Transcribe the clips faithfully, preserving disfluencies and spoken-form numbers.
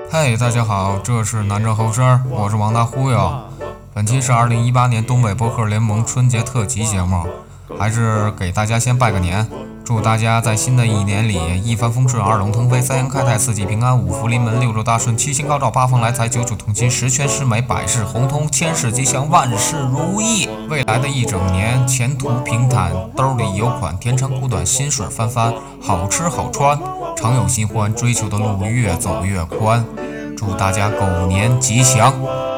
嘿，大家好，这是南郑后生，我是王大忽悠。本期是二零一八年东北播客联盟春节特辑节目，还是给大家先拜个年，祝大家在新的一年里一帆风顺、二龙腾飞、三阳开泰、四季平安、五福临门、六六大顺、七星高照、八方来财、九九同心、十全十美、百事亨通、千事吉祥、万事如意。未来的一整年前途平坦，兜里有款，天长苦短，心水翻翻，好吃好穿，常有新欢，追求的路越走越宽。祝大家狗年吉祥！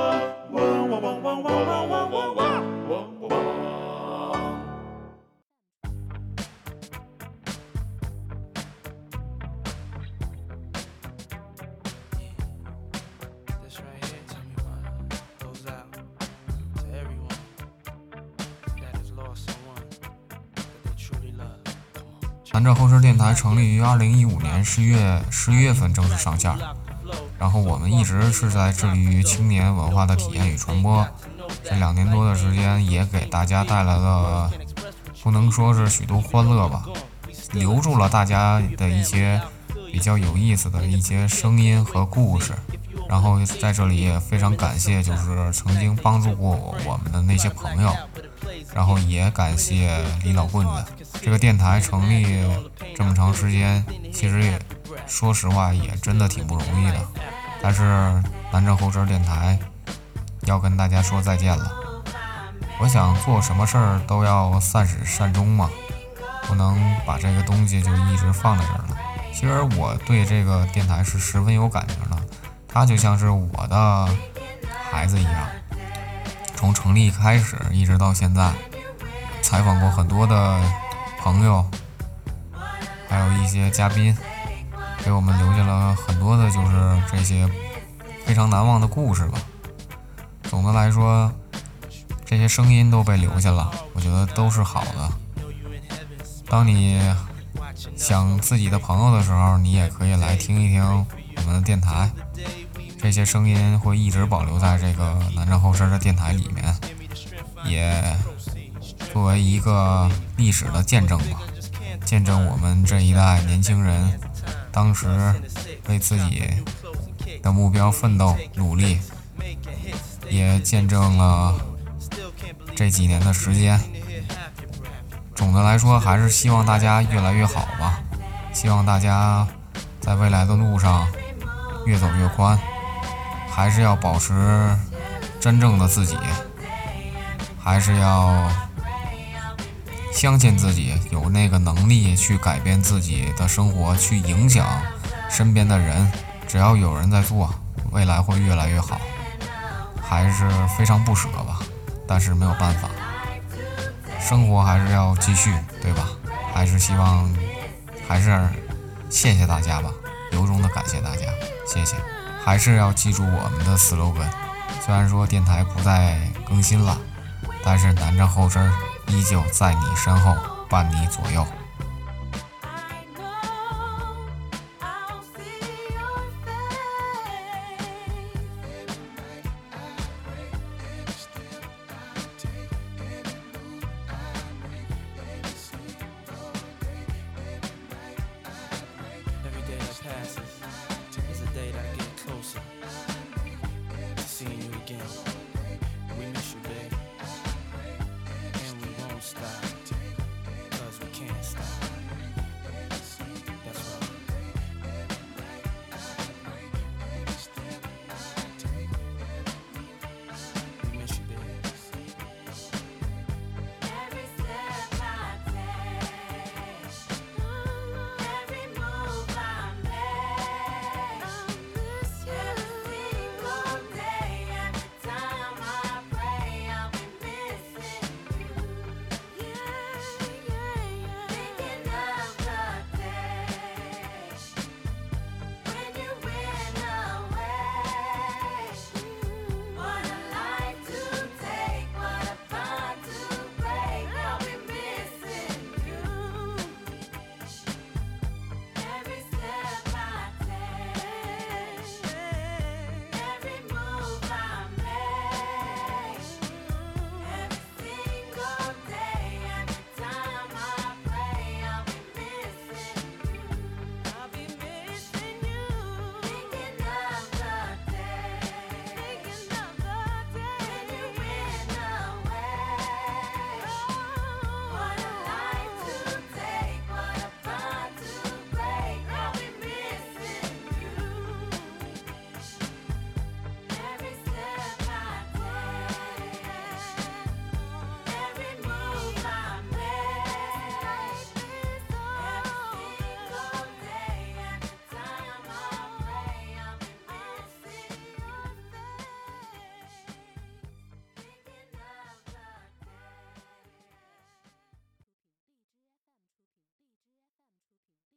南郑后生电台成立于二零一五年十月十一月份正式上线，然后我们一直是在致力于青年文化的体验与传播。这两年多的时间，也给大家带来了不能说是许多欢乐吧，留住了大家的一些比较有意思的一些声音和故事。然后在这里也非常感谢就是曾经帮助过我们的那些朋友，然后也感谢李老棍子。这个电台成立这么长时间，其实也说实话也真的挺不容易的，但是南郑后生电台要跟大家说再见了。我想做什么事儿都要善始善终嘛，不能把这个东西就一直放在这儿了。其实我对这个电台是十分有感情的，它就像是我的孩子一样，从成立开始一直到现在，采访过很多的朋友，还有一些嘉宾，给我们留下了很多的就是这些非常难忘的故事吧。总的来说，这些声音都被留下了，我觉得都是好的。当你想自己的朋友的时候，你也可以来听一听我们的电台，这些声音会一直保留在这个南郑后生的电台里面，也作为一个历史的见证吧，见证我们这一代年轻人当时为自己的目标奋斗努力，也见证了这几年的时间。总的来说，还是希望大家越来越好吧，希望大家在未来的路上越走越宽，还是要保持真正的自己，还是要相信自己有那个能力去改变自己的生活，去影响身边的人。只要有人在做，未来会越来越好。还是非常不舍吧，但是没有办法，生活还是要继续，对吧？还是希望，还是谢谢大家吧，由衷的感谢大家，谢谢。还是要记住我们的 slogan， 虽然说电台不再更新了，但是南郑后生依旧在你身后，伴你左右。